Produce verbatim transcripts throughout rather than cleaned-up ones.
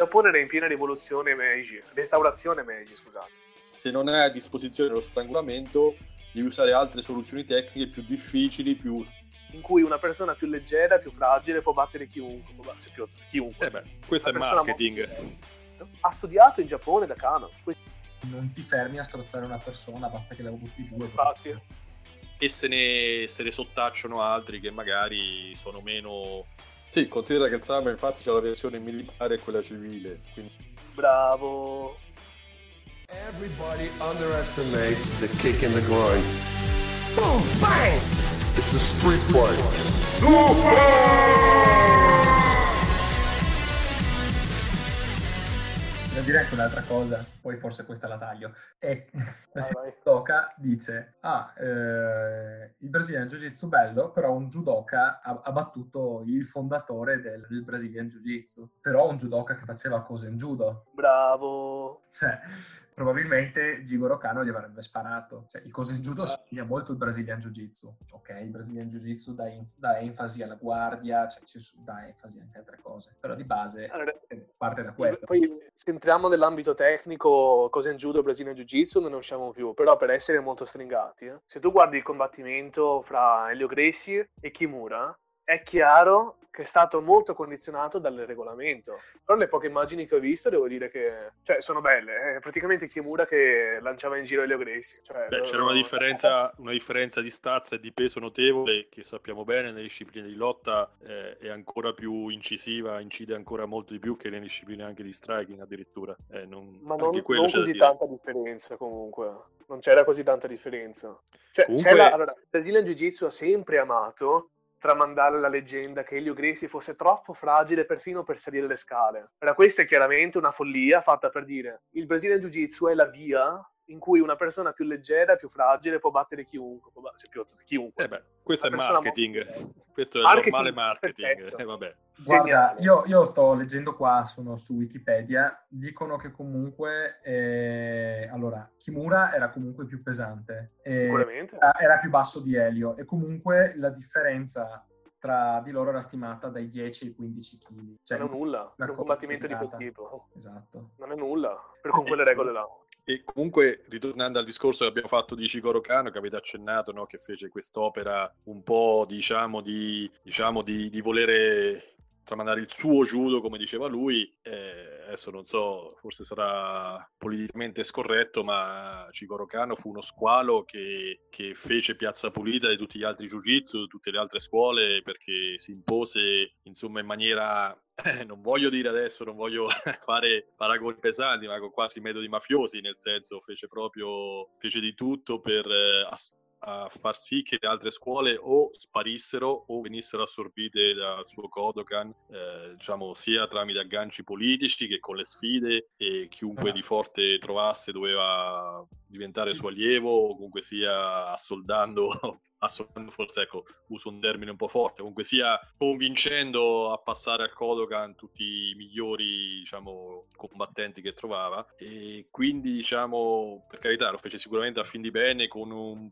Giappone era in piena rivoluzione Meiji, restaurazione Meiji, scusate. Se non hai a disposizione lo strangolamento, devi usare altre soluzioni tecniche più difficili, più... in cui una persona più leggera, più fragile può battere chiunque, può battere più, chiunque. Eh beh, questo una è marketing. Molto... ha studiato in Giappone da Kano. Non ti fermi a strozzare una persona, basta che la butti giù. Infatti. E se ne, se ne sottacciano altri che magari sono meno... Sì, considera che il Summer infatti c'è la versione militare e quella civile. Quindi... Bravo. Everybody underestimates the kick in the groin. Boom, bang! It's a street fight. Devo dire anche un'altra cosa, poi forse questa la taglio. E la vai. judoka dice, ah, eh, il Brazilian Jiu-Jitsu bello, però un judoka ha, ha battuto il fondatore del, del Brazilian Jiu-Jitsu. Però un judoka che faceva cose in judo. Bravo. Cioè, probabilmente Jigoro Kano gli avrebbe sparato. Cioè, il cose in judo assomiglia molto il Brazilian Jiu-Jitsu. Ok, il Brazilian Jiu-Jitsu dà, in, dà enfasi alla guardia, cioè ci dà enfasi anche a altre cose. Però di base allora, parte da quello. Poi se entriamo nell'ambito tecnico, cosa in judo, Brazilian Jiu-Jitsu, non ne usciamo più. Però per essere molto stringati, eh, se tu guardi il combattimento fra Helio Gracie e Kimura, è chiaro che è stato molto condizionato dal regolamento. Però le poche immagini che ho visto devo dire che, cioè, sono belle. È praticamente Kimura che lanciava in giro Helio Gracie. Cioè, Beh, c'era una differenza, una differenza di stazza e di peso notevole che sappiamo bene nelle discipline di lotta eh, è ancora più incisiva, incide ancora molto di più che nelle discipline anche di striking addirittura. Eh, non, Ma non, non c'è così tanta differenza comunque. Non c'era così tanta differenza. Cioè, comunque... c'è la, allora, il Brazilian Jiu-Jitsu ha sempre amato tramandare la leggenda che Helio Gracie fosse troppo fragile perfino per salire le scale. Ora, questa è chiaramente una follia fatta per dire il Brazilian Jiu-Jitsu è la via in cui una persona più leggera e più fragile può battere chiunque, può battere più, chiunque. Eh beh, questo una è marketing, molto... questo è marketing normale marketing. Eh, vabbè. Guarda, io, io sto leggendo qua, sono su Wikipedia, dicono che comunque, eh, allora, Kimura era comunque più pesante, eh, sicuramente era, era più basso di Helio e comunque la differenza tra di loro era stimata dai dieci ai quindici chili. Cioè, non è nulla per un combattimento di quel tipo. Esatto. Non è nulla per con quelle regole là. E comunque, ritornando al discorso che abbiamo fatto di Jigoro Kano, che avete accennato, no? Che fece quest'opera un po', diciamo, di, diciamo, di, di volere tramandare il suo judo, come diceva lui, eh, adesso non so, forse sarà politicamente scorretto, ma Jigoro Kano fu uno squalo che, che fece piazza pulita di tutti gli altri jiu-jitsu, di tutte le altre scuole, perché si impose, insomma, in maniera... Eh, non voglio dire adesso, non voglio fare paragoni pesanti, ma con quasi metodi mafiosi, nel senso fece proprio, fece di tutto per eh, ass- a far sì che le altre scuole o sparissero o venissero assorbite dal suo Kodokan, eh, diciamo sia tramite agganci politici che con le sfide, e chiunque Ah. di forte trovasse doveva diventare suo allievo, o comunque sia assoldando assolutamente, forse ecco, uso un termine un po' forte, comunque sia convincendo a passare al Kodokan tutti i migliori, diciamo, combattenti che trovava. E quindi, diciamo, per carità, lo fece sicuramente a fin di bene, con un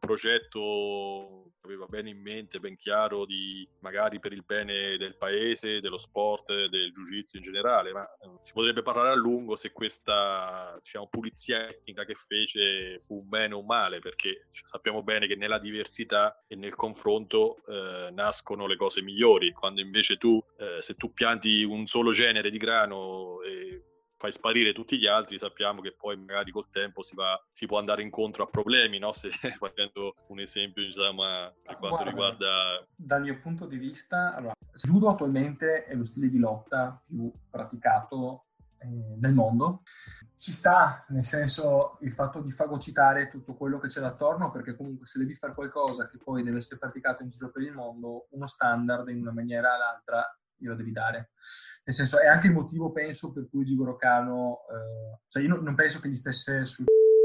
progetto che aveva bene in mente, ben chiaro, di magari per il bene del paese, dello sport, del jiu-jitsu in generale, ma eh, si potrebbe parlare a lungo se questa, diciamo, pulizia etnica che fece fu un bene o un male, perché sappiamo bene che nella diversità e nel confronto eh, nascono le cose migliori, quando invece tu, eh, se tu pianti un solo genere di grano e fai sparire tutti gli altri, sappiamo che poi magari col tempo si va, si può andare incontro a problemi, no? Se facendo un esempio, diciamo, per quanto Guarda, riguarda... Dal mio punto di vista, allora, il judo attualmente è lo stile di lotta più praticato eh, nel mondo. Ci sta, nel senso, il fatto di fagocitare tutto quello che c'è attorno, perché comunque se devi fare qualcosa che poi deve essere praticato in giro per il mondo, uno standard in una maniera o l'altra glielo devi dare. Nel senso, è anche il motivo, penso, per cui Jigoro Kano, eh, cioè io non, non penso che gli stesse sul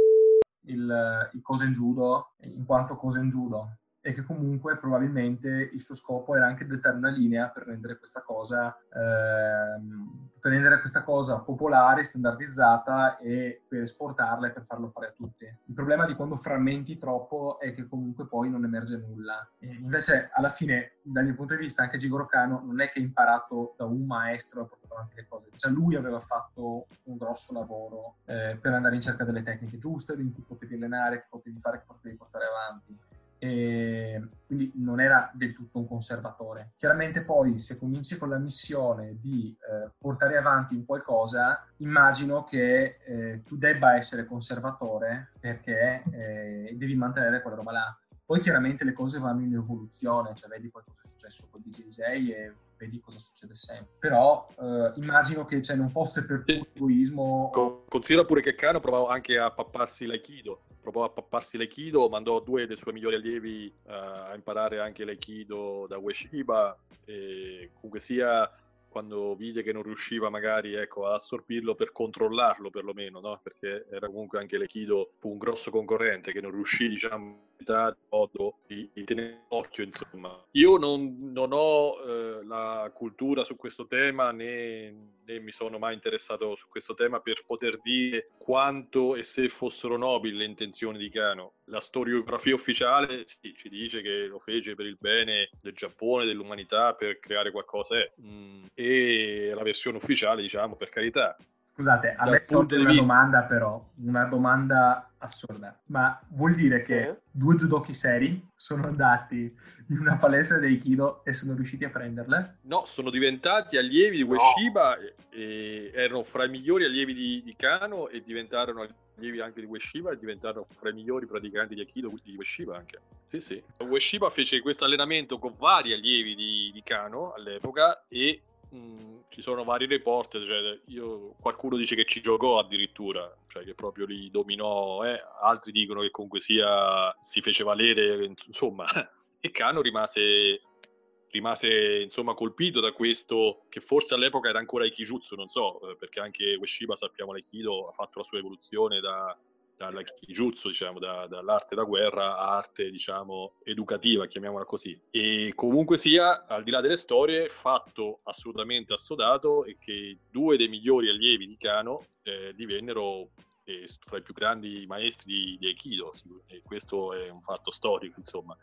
il, il Kosen Judo, in quanto Kosen Judo, e che comunque probabilmente il suo scopo era anche dettare una linea per rendere questa cosa ehm, per rendere questa cosa popolare, standardizzata, e per esportarla e per farlo fare a tutti. Il problema di quando frammenti troppo è che comunque poi non emerge nulla. E invece alla fine, dal mio punto di vista, anche Jigoro Kano non è che ha imparato da un maestro, ha portato avanti le cose. Già lui aveva fatto un grosso lavoro eh, per andare in cerca delle tecniche giuste, in cui potevi allenare, che potevi fare, che potevi portare avanti. E quindi non era del tutto un conservatore. Chiaramente poi se cominci con la missione di eh, portare avanti un qualcosa, immagino che eh, tu debba essere conservatore perché eh, devi mantenere quella roba là. Poi chiaramente le cose vanno in evoluzione, cioè vedi poi cosa è successo con D J J e vedi cosa succede sempre. Però eh, immagino che cioè, non fosse per puro egoismo. Con- Considera pure che Kano provava anche a papparsi l'aikido. Provò a papparsi l'aikido, mandò due dei suoi migliori allievi uh, a imparare anche l'aikido da Ueshiba, e comunque sia, quando vide che non riusciva magari ecco, a assorbirlo, per controllarlo perlomeno, no? Perché era comunque anche l'aikido un grosso concorrente che non riuscì, diciamo, a modo di, di tenere occhio, insomma. Io non, non ho eh, la cultura su questo tema, né, né mi sono mai interessato su questo tema per poter dire quanto e se fossero nobili le intenzioni di Kano. La storiografia ufficiale sì, ci dice che lo fece per il bene del Giappone, dell'umanità, per creare qualcosa, eh. mm, e la versione ufficiale, diciamo, per carità. Scusate, a Dal me sorge punto di una vista- domanda però, una domanda assurda. Ma vuol dire che Sì. due judoki seri sono andati in una palestra di Aikido e sono riusciti a prenderle? No, sono diventati allievi di No. Ueshiba e, e erano fra i migliori allievi di, di Kano, e diventarono allievi anche di Ueshiba e diventarono fra i migliori praticanti di Aikido di Ueshiba anche. Sì, sì. Ueshiba fece questo allenamento con vari allievi di, di Kano all'epoca e mh, ci sono vari report, cioè io, qualcuno dice che ci giocò addirittura, cioè che proprio li dominò, eh, altri dicono che comunque sia si fece valere, insomma. E Kano rimase, rimase insomma colpito da questo, che forse all'epoca era ancora Aikijutsu, non so, eh, perché anche Ueshiba, sappiamo, l'Aikido ha fatto la sua evoluzione da, dall'Aikijutsu, diciamo, da, dall'arte da guerra a arte, diciamo, educativa, chiamiamola così. E comunque sia, al di là delle storie, fatto assolutamente assodato è che due dei migliori allievi di Kano eh, divennero eh, fra i più grandi maestri di, di Aikido, e questo è un fatto storico, insomma.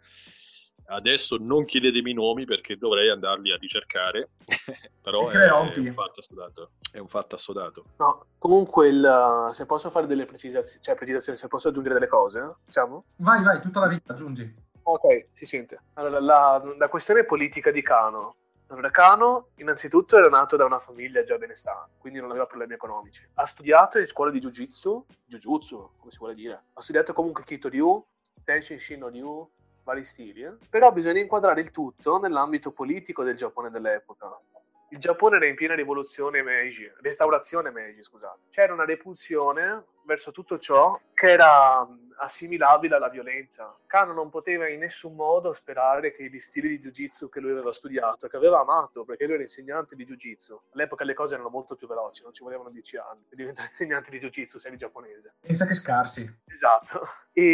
Adesso non chiedetemi i nomi perché dovrei andarli a ricercare, però è, è un fatto assodato. È un fatto assodato. No, comunque il, se posso fare delle precisazioni, cioè precisazioni, se posso aggiungere delle cose, diciamo? Vai, vai, tutta la vita, aggiungi. Ok, si sente. Allora, la, la questione politica di Kano. Allora, Kano, innanzitutto, era nato da una famiglia già benestante, quindi non aveva problemi economici. Ha studiato in scuola di Jiu-Jitsu, Jiu-Jitsu, come si vuole dire. Ha studiato comunque Kito-Ryu, Tenshin Shin-no-Ryu, vari stili, eh? Però bisogna inquadrare il tutto nell'ambito politico del Giappone dell'epoca. Il Giappone era in piena rivoluzione Meiji, restaurazione Meiji, scusate. C'era una repulsione verso tutto ciò che era assimilabile alla violenza. Kano non poteva in nessun modo sperare che gli stili di Jiu-Jitsu che lui aveva studiato, che aveva amato, perché lui era insegnante di Jiu-Jitsu. All'epoca le cose erano molto più veloci, non ci volevano dieci anni per diventare insegnante di Jiu-Jitsu se eri giapponese. Pensa che scarsi. Esatto.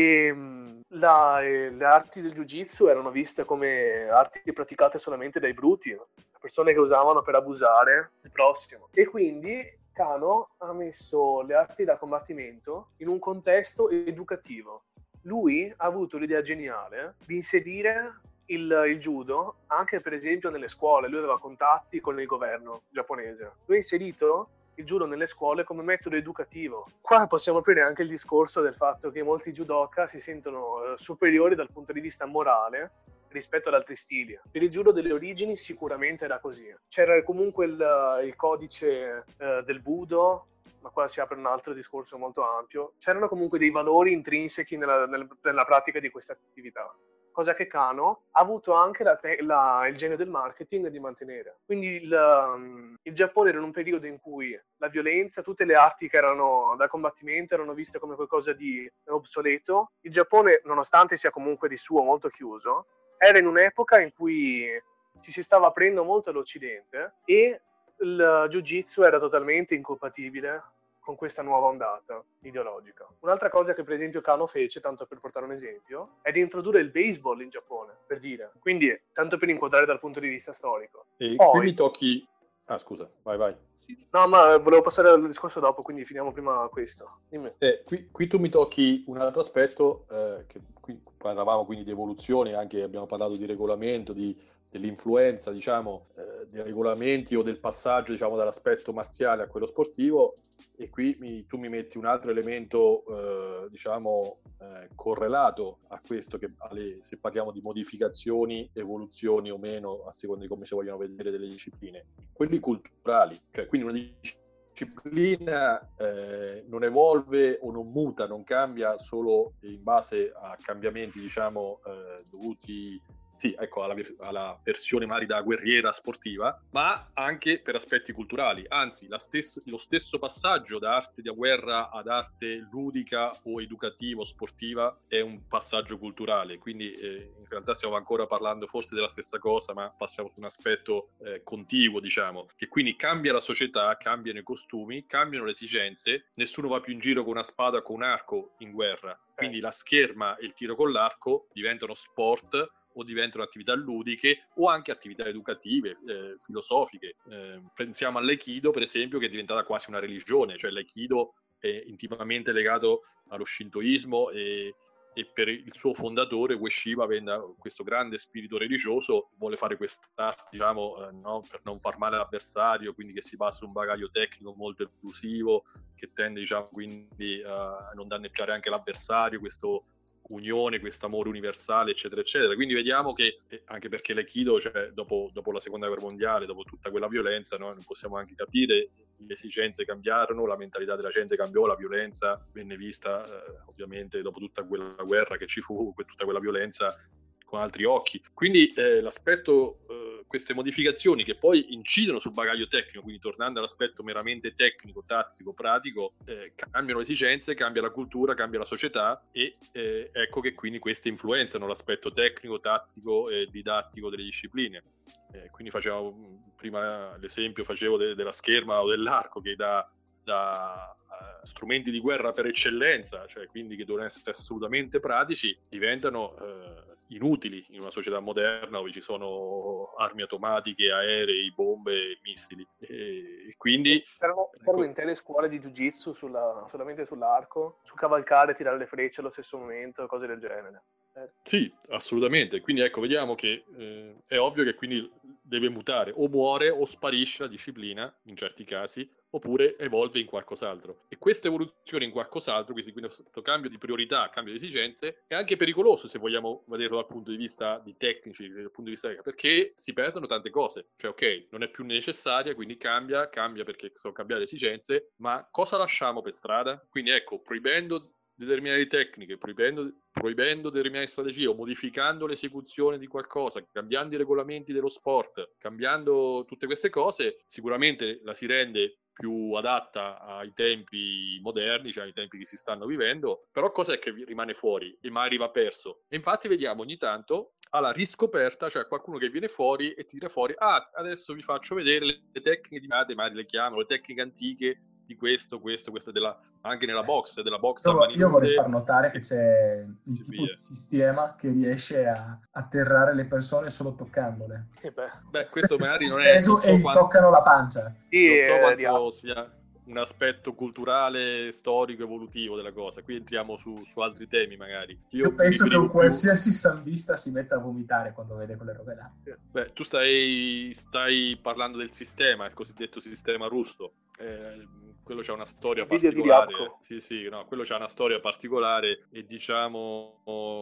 E la, le arti del Jiu-Jitsu erano viste come arti praticate solamente dai bruti, persone che usavano per abusare il prossimo. E quindi Kano ha messo le arti da combattimento in un contesto educativo. Lui ha avuto l'idea geniale di inserire il, il judo anche per esempio nelle scuole. Lui aveva contatti con il governo giapponese. Lui ha inserito il judo nelle scuole come metodo educativo. Qua possiamo aprire anche il discorso del fatto che molti judoka si sentono eh, superiori dal punto di vista morale rispetto ad altri stili. Per il judo delle origini sicuramente era così. C'era comunque il, il codice eh, del budo, ma qua si apre un altro discorso molto ampio. C'erano comunque dei valori intrinseci nella, nel, nella pratica di questa attività, cosa che Kano ha avuto anche la te- la, il genio del marketing di mantenere. Quindi il, um, il Giappone era in un periodo in cui la violenza, tutte le arti che erano da combattimento erano viste come qualcosa di obsoleto. Il Giappone, nonostante sia comunque di suo molto chiuso, era in un'epoca in cui ci si stava aprendo molto all'Occidente e il Jiu-Jitsu era totalmente incompatibile con questa nuova ondata ideologica. Un'altra cosa che per esempio Kano fece, tanto per portare un esempio, è di introdurre il baseball in Giappone, per dire. Quindi, tanto per inquadrare dal punto di vista storico. E Poi, qui mi tocchi... Ah, scusa, vai, vai. No, ma volevo passare al discorso dopo, quindi finiamo prima questo. Dimmi. Eh, qui, qui tu mi tocchi un altro aspetto, eh, che qui parlavamo quindi di evoluzione, anche abbiamo parlato di regolamento, di, dell'influenza, diciamo, eh, dei regolamenti o del passaggio, diciamo, dall'aspetto marziale a quello sportivo, e qui mi, tu mi metti un altro elemento, eh, diciamo, eh, correlato a questo, che alle, se parliamo di modificazioni, evoluzioni o meno, a seconda di come si vogliono vedere delle discipline, quelli culturali, cioè quindi una disciplina eh, non evolve o non muta, non cambia solo in base a cambiamenti, diciamo, eh, dovuti sì, ecco, alla, alla versione magari da guerriera sportiva, ma anche per aspetti culturali. Anzi, la stessa, lo stesso passaggio da arte da guerra ad arte ludica o educativa o sportiva è un passaggio culturale, quindi eh, in realtà stiamo ancora parlando forse della stessa cosa, ma passiamo su un aspetto eh, contiguo, diciamo, che quindi cambia la società, cambiano i costumi, cambiano le esigenze, nessuno va più in giro con una spada o con un arco in guerra, quindi la scherma e il tiro con l'arco diventano sport o diventano attività ludiche o anche attività educative, eh, filosofiche. Eh, pensiamo all'Aikido, per esempio, che è diventata quasi una religione, cioè l'Aikido è intimamente legato allo shintoismo e, e per il suo fondatore, Ueshiba, avendo questo grande spirito religioso, vuole fare quest'arte, diciamo, eh, no, per non far male all'avversario, quindi che si basa su un bagaglio tecnico molto elusivo, che tende, diciamo, quindi a non danneggiare anche l'avversario, questo unione, questo amore universale, eccetera, eccetera. Quindi vediamo che, anche perché l'Aikido, cioè, dopo, dopo la seconda guerra mondiale, dopo tutta quella violenza, noi non possiamo anche capire, le esigenze cambiarono, la mentalità della gente cambiò, la violenza venne vista, eh, ovviamente, dopo tutta quella guerra che ci fu, tutta quella violenza, con altri occhi. Quindi eh, l'aspetto, eh, queste modificazioni che poi incidono sul bagaglio tecnico, quindi tornando all'aspetto meramente tecnico, tattico, pratico, eh, cambiano le esigenze, cambia la cultura, cambia la società e eh, ecco che quindi queste influenzano l'aspetto tecnico, tattico e didattico delle discipline. Eh, quindi facevo prima l'esempio facevo de- della scherma o dell'arco, che da, da uh, strumenti di guerra per eccellenza, cioè quindi che devono essere assolutamente pratici, diventano uh, inutili in una società moderna dove ci sono armi automatiche, aerei, bombe, missili. E, e quindi c'erano, c'erano intere scuole di jiu-jitsu sulla, solamente sull'arco, su cavalcare, tirare le frecce allo stesso momento, cose del genere. Eh. Sì, assolutamente. Quindi ecco, vediamo che eh, è ovvio che quindi deve mutare, o muore o sparisce la disciplina in certi casi, oppure evolve in qualcos'altro. E questa evoluzione in qualcos'altro, quindi questo cambio di priorità, cambio di esigenze, è anche pericoloso se vogliamo vederlo dal punto di vista di tecnici, dal punto di vista perché si perdono tante cose. Cioè, ok, non è più necessaria, quindi cambia, cambia perché sono cambiate le esigenze, ma cosa lasciamo per strada? Quindi ecco, proibendo determinate tecniche, proibendo, proibendo determinate strategie o modificando l'esecuzione di qualcosa, cambiando i regolamenti dello sport, cambiando tutte queste cose, sicuramente la si rende più adatta ai tempi moderni, cioè ai tempi che si stanno vivendo, però cos'è che rimane fuori e magari va perso? E infatti vediamo ogni tanto alla riscoperta, cioè qualcuno che viene fuori e tira fuori, ah, adesso vi faccio vedere le, le tecniche di Mate, magari le chiamano, le tecniche antiche di questo, questo, questo, della, anche nella box, della box io, a mani io vorrei nude. far notare che c'è il tipo di sistema che riesce a atterrare le persone solo toccandole. Eh beh. Beh, questo magari non è... Non so e gli quanto, toccano la pancia. Sì, non so quanto diavolo. sia un aspetto culturale, storico, evolutivo della cosa. Qui entriamo su, su altri temi magari. Io, Io penso che un più... qualsiasi sambista si metta a vomitare quando vede quelle robe là. Beh, tu stai, stai parlando del sistema, il cosiddetto sistema russo. Eh, quello c'ha una storia Il video particolare. di Ryabko. Sì, sì, no, quello c'ha una storia particolare e diciamo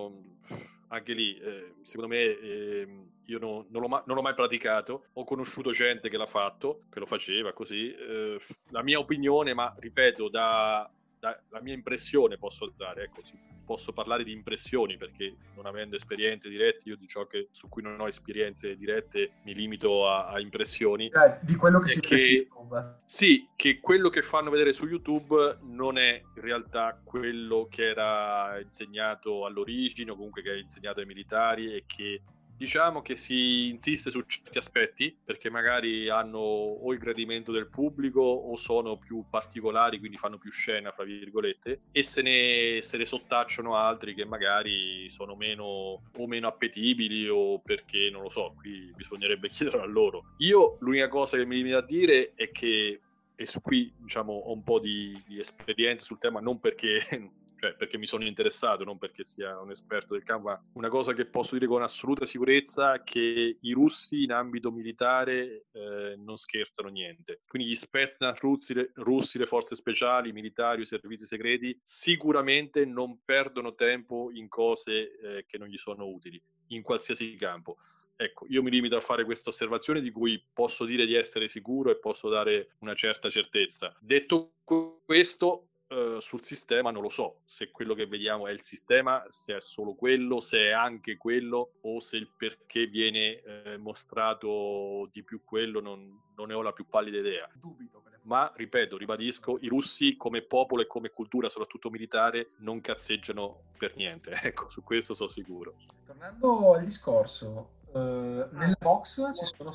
anche lì, eh, secondo me, eh, io no, non, l'ho ma- non l'ho mai praticato, ho conosciuto gente che l'ha fatto, che lo faceva così. Eh, la mia opinione, ma ripeto, da, da la mia impressione posso dare, ecco, sì, posso parlare di impressioni perché non avendo esperienze dirette, io di ciò che, su cui non ho esperienze dirette mi limito a, a impressioni. Eh, di quello che si vede su YouTube. Sì, che quello che fanno vedere su YouTube non è in realtà quello che era insegnato all'origine o comunque che è insegnato ai militari e che diciamo che si insiste su certi aspetti perché magari hanno o il gradimento del pubblico o sono più particolari, quindi fanno più scena, fra virgolette, e se ne, se ne sottacciano altri che magari sono meno o meno appetibili o perché, non lo so, qui bisognerebbe chiedere a loro. Io l'unica cosa che mi limito a dire è che, e su qui diciamo ho un po' di, di esperienza sul tema, non perché cioè perché mi sono interessato, non perché sia un esperto del campo, ma una cosa che posso dire con assoluta sicurezza è che i russi in ambito militare eh, non scherzano niente. Quindi gli Spetsnaz russi, russi, le forze speciali, i militari, i servizi segreti, sicuramente non perdono tempo in cose eh, che non gli sono utili, in qualsiasi campo. Ecco, io mi limito a fare questa osservazione di cui posso dire di essere sicuro e posso dare una certa certezza. Detto questo, eh, sul sistema non lo so, se quello che vediamo è il sistema, se è solo quello, se è anche quello, o se il perché viene eh, mostrato di più quello, non, non ne ho la più pallida idea. Dubito. Ma, ripeto, ribadisco, i russi come popolo e come cultura, soprattutto militare, non cazzeggiano per niente. Ecco, su questo sono sicuro. Tornando al discorso, eh, nella box ci sono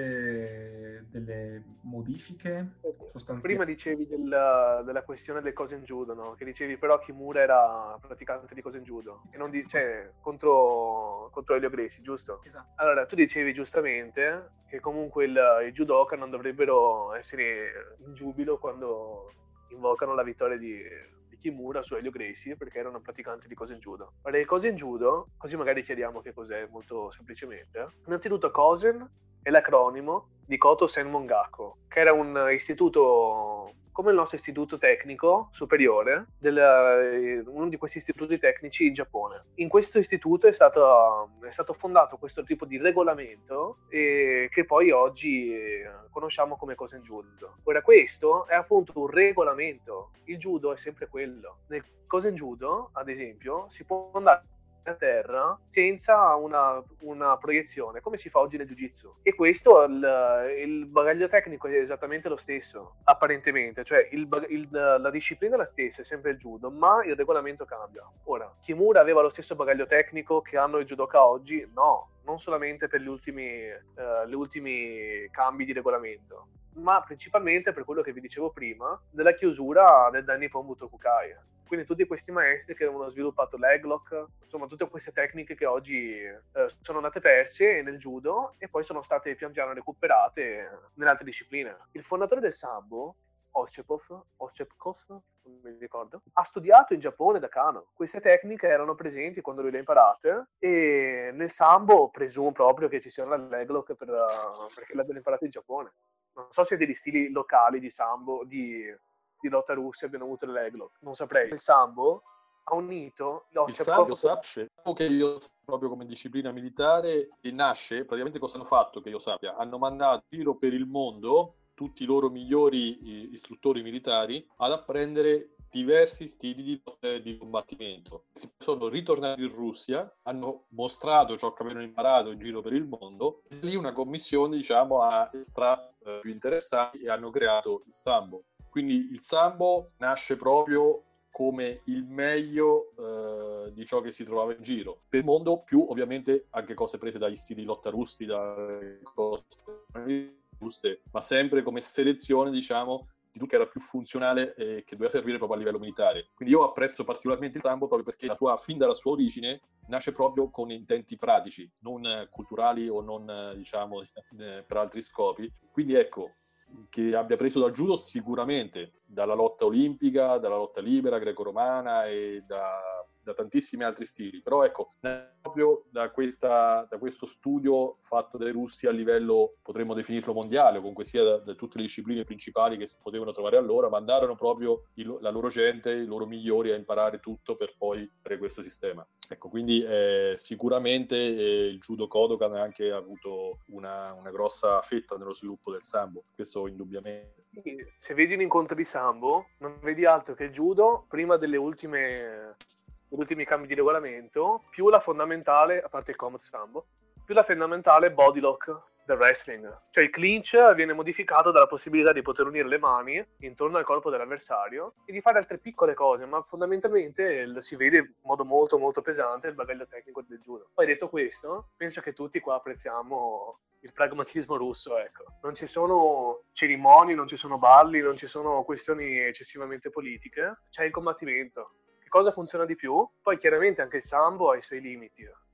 state delle modifiche sostanziali. Prima dicevi del, della questione del Kosen Judo, no? Che dicevi però Kimura era praticante di Kosen Judo, e non di, cioè contro, contro Helio Gracie, giusto? Esatto. Allora, tu dicevi giustamente che comunque il, i judoka non dovrebbero essere in giubilo quando invocano la vittoria di, di Kimura su Helio Gracie, perché erano praticanti di Kosen Judo. Ma il Kosen Judo, così magari chiariamo che cos'è molto semplicemente. Innanzitutto Kosen è l'acronimo di Koto Senmongako, che era un istituto come il nostro istituto tecnico superiore, del, uno di questi istituti tecnici in Giappone. In questo istituto è stato, è stato fondato questo tipo di regolamento eh, che poi oggi eh, conosciamo come Kosen Judo. Ora, questo è appunto un regolamento, il judo è sempre quello. Nel Kosen Judo, ad esempio, si può andare a terra senza una, una proiezione, come si fa oggi nel jiu-jitsu, e questo il, il bagaglio tecnico è esattamente lo stesso apparentemente, cioè il, il, la disciplina è la stessa, è sempre il judo, ma il regolamento cambia. Ora, Kimura aveva lo stesso bagaglio tecnico che hanno i judoka oggi? No, non solamente per gli ultimi, eh, gli ultimi cambi di regolamento, ma principalmente per quello che vi dicevo prima della chiusura del Dai Nippon Butokukai. Quindi tutti questi maestri che avevano sviluppato l'eglock, insomma tutte queste tecniche che oggi eh, sono andate perse nel judo e poi sono state pian piano recuperate nelle altre discipline. Il fondatore del Sambo, Oschepov, Oschepkov, non mi ricordo, ha studiato in Giappone da Kano. Queste tecniche erano presenti quando lui le ha imparate, e nel Sambo presumo proprio che ci sia una leglock per, uh, perché l'abbiano imparate in Giappone. Non so se degli stili locali di Sambo, di... di lotta russia abbiano avuto le leglock, non saprei. Il Sambo ha unito il Sambo nasce che io proprio come disciplina militare, e nasce praticamente cosa hanno fatto che io sappia, hanno mandato in giro per il mondo tutti i loro migliori istruttori militari ad apprendere diversi stili di, di combattimento. Si sono ritornati in Russia, hanno mostrato ciò che avevano imparato in giro per il mondo, e lì una commissione, diciamo, ha estratto eh, più interessanti e hanno creato il Sambo. Quindi il Sambo nasce proprio come il meglio eh, di ciò che si trovava in giro per il mondo, più ovviamente anche cose prese dagli stili lotta russi, dalle cose russe, ma sempre come selezione, diciamo, di tutto che era più funzionale e che doveva servire proprio a livello militare. Quindi io apprezzo particolarmente il Sambo proprio perché la sua, fin dalla sua origine nasce proprio con intenti pratici, non eh, culturali o non eh, diciamo eh, per altri scopi. Quindi ecco, che abbia preso dal judo sicuramente, dalla lotta olimpica, dalla lotta libera, greco-romana e da, da tantissimi altri stili, però ecco, proprio da, questa, da questo studio fatto dai russi a livello, potremmo definirlo mondiale, o comunque sia da, da tutte le discipline principali che si potevano trovare allora, mandarono proprio il, la loro gente, i loro migliori a imparare tutto per poi fare questo sistema. Ecco, quindi eh, sicuramente eh, il judo Kodokan ha anche avuto una, una grossa fetta nello sviluppo del Sambo, questo indubbiamente. Se vedi un incontro di Sambo, non vedi altro che il judo prima delle ultime, degli ultimi cambi di regolamento, più la fondamentale, a parte il Combat Sambo, più la fondamentale body lock del wrestling. Cioè il clinch viene modificato dalla possibilità di poter unire le mani intorno al corpo dell'avversario e di fare altre piccole cose, ma fondamentalmente si vede in modo molto molto pesante il bagaglio tecnico del judo. Poi detto questo, penso che tutti qua apprezziamo il pragmatismo russo, ecco. Non ci sono cerimonie, non ci sono balli, non ci sono questioni eccessivamente politiche, c'è il combattimento. Che cosa funziona di più? Poi chiaramente anche il Sambo ha i suoi limiti.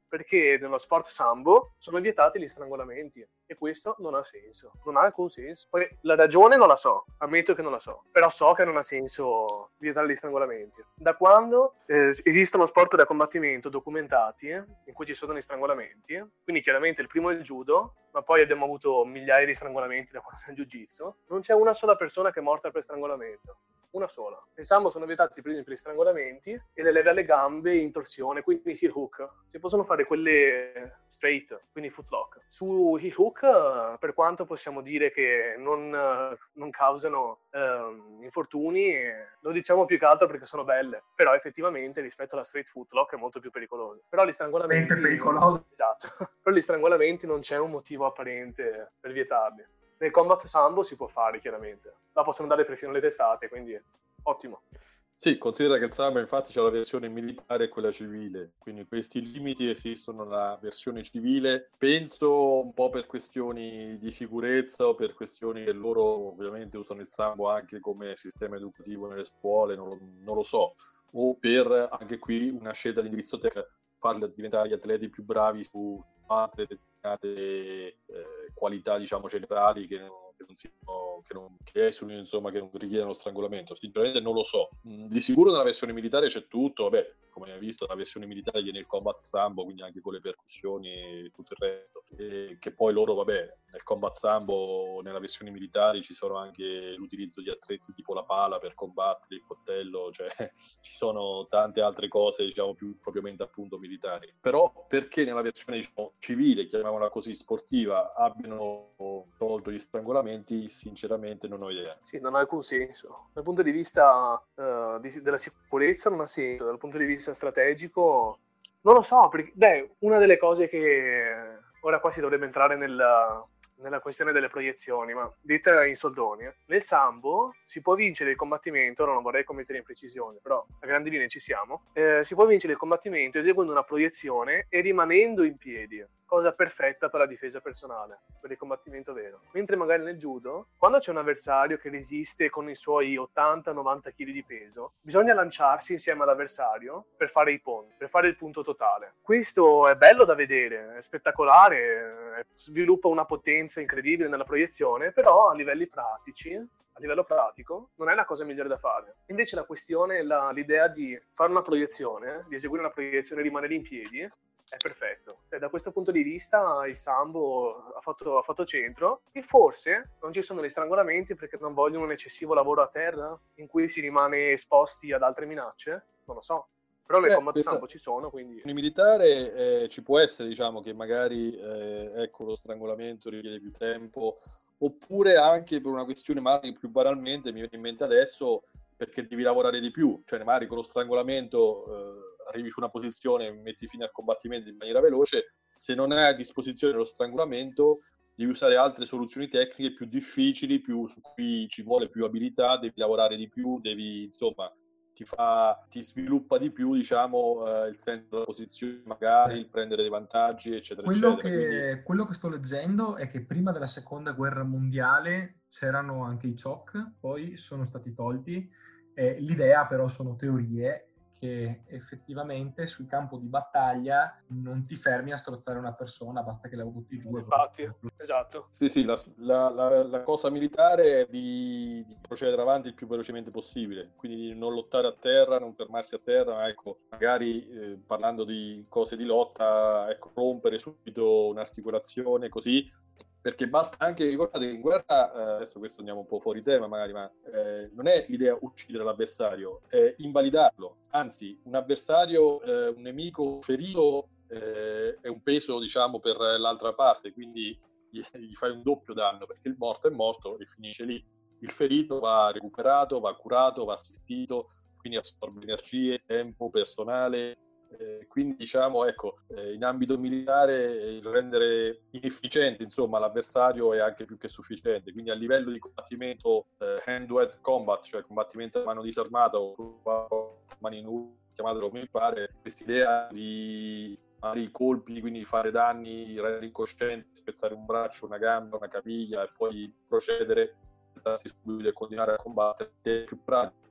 perché nello sport sambo sono vietati gli strangolamenti e questo non ha senso, non ha alcun senso. Poi la ragione non la so, ammetto che non la so, però so che non ha senso vietare gli strangolamenti. Da quando eh, esistono sport da combattimento documentati eh, in cui ci sono gli strangolamenti, quindi chiaramente il primo è il judo, ma poi abbiamo avuto migliaia di strangolamenti da quando è il jiu-jitsu, non c'è una sola persona che è morta per strangolamento. Una sola. In sambo sono vietati i primi per gli strangolamenti e le leve alle gambe in torsione, quindi heel hook. Si possono fare quelle straight, quindi footlock. Su heel hook, per quanto possiamo dire che non, non causano eh, infortuni, lo diciamo più che altro perché sono belle, però effettivamente rispetto alla straight footlock è molto più pericoloso. Però gli strangolamenti... È pericoloso. Esatto. Per gli strangolamenti non c'è un motivo apparente per vietarli. Nel combat sambo si può fare, chiaramente. La possono dare perfino le testate, quindi ottimo. Sì, considera che il sambo infatti c'è la versione militare e quella civile, quindi questi limiti esistono nella versione civile, penso un po' per questioni di sicurezza o per questioni che loro ovviamente usano il sambo anche come sistema educativo nelle scuole, non lo, non lo so, o per anche qui una scelta di indirizzo tecnico, farli diventare gli atleti più bravi su altre determinate eh, qualità, diciamo, cerebrali che non, che non siano, che non, che esulino, insomma, che non richiedono strangolamento. Sinceramente non lo so. Di sicuro nella versione militare c'è tutto, vabbè, come hai visto, la versione militare viene il combat sambo, quindi anche con le percussioni e tutto il resto. E che poi loro, vabbè, nel combat sambo, nella versione militare ci sono anche l'utilizzo di attrezzi tipo la pala per combattere, il coltello, cioè ci sono tante altre cose, diciamo, più propriamente appunto militari. Però perché nella versione, diciamo, civile, chiamiamola così, sportiva, abbiano tolto gli strangolamenti, sinceramente non ho idea. Sì, non ha alcun senso. Dal punto di vista uh, di, della sicurezza non ha senso, dal punto di vista strategico non lo so, perché beh, una delle cose che ora qua si dovrebbe entrare nella, nella questione delle proiezioni, ma detta in soldoni, eh. Nel sambo si può vincere il combattimento, ora non vorrei commettere imprecisione, però a grandi linee ci siamo, eh, si può vincere il combattimento eseguendo una proiezione e rimanendo in piedi, cosa perfetta per la difesa personale, per il combattimento vero. Mentre magari nel judo, quando c'è un avversario che resiste con i suoi ottanta novanta chili di peso, bisogna lanciarsi insieme all'avversario per fare i punti, per fare il punto totale. Questo è bello da vedere, è spettacolare, sviluppa una potenza incredibile nella proiezione, però a livelli pratici, a livello pratico, non è la cosa migliore da fare. Invece la questione, la, l'idea di fare una proiezione, di eseguire una proiezione e rimanere in piedi, è perfetto. E da questo punto di vista il sambo ha fatto, ha fatto centro e forse non ci sono gli strangolamenti perché non vogliono un eccessivo lavoro a terra in cui si rimane esposti ad altre minacce, non lo so. Però nel eh, combat sambo ci sono, quindi... In militare eh, ci può essere, diciamo, che magari eh, ecco, lo strangolamento richiede più tempo, oppure anche per una questione magari più banalmente, mi viene in mente adesso, perché devi lavorare di più, cioè magari con lo strangolamento eh, arrivi su una posizione, metti fine al combattimento in maniera veloce, se non hai a disposizione lo strangolamento devi usare altre soluzioni tecniche più difficili, più, su cui ci vuole più abilità, devi lavorare di più, devi, insomma, ti fa, ti sviluppa di più, diciamo, eh, il senso della posizione, magari il prendere dei vantaggi, eccetera, quello eccetera. Che, Quindi... quello che sto leggendo è che prima della seconda guerra mondiale c'erano anche i choke, poi sono stati tolti. Eh, l'idea però sono teorie che effettivamente sul campo di battaglia non ti fermi a strozzare una persona, basta che la butti giù. Infatti, esatto. Sì, sì, la, la, la, la cosa militare è di, di procedere avanti il più velocemente possibile, quindi non lottare a terra, non fermarsi a terra, ma ecco, magari eh, parlando di cose di lotta, ecco, rompere subito un'articolazione così, perché basta anche, ricordate che in guerra, eh, adesso questo andiamo un po' fuori tema magari, ma eh, non è l'idea uccidere l'avversario, è invalidarlo, anzi un avversario, eh, un nemico ferito eh, è un peso, diciamo, per l'altra parte, quindi gli, gli fai un doppio danno, perché il morto è morto e finisce lì, il ferito va recuperato, va curato, va assistito, quindi assorbe energie, tempo, personale. Eh, quindi diciamo, ecco, eh, in ambito militare il rendere inefficiente, insomma, l'avversario è anche più che sufficiente, quindi a livello di combattimento eh, hand-to-hand combat, cioè combattimento a mano disarmata o mani nude, chiamatelo come mi pare, quest'idea di fare i colpi, quindi fare danni, rendere incosciente, spezzare un braccio, una gamba, una caviglia e poi procedere subito e continuare a combattere è più pratico.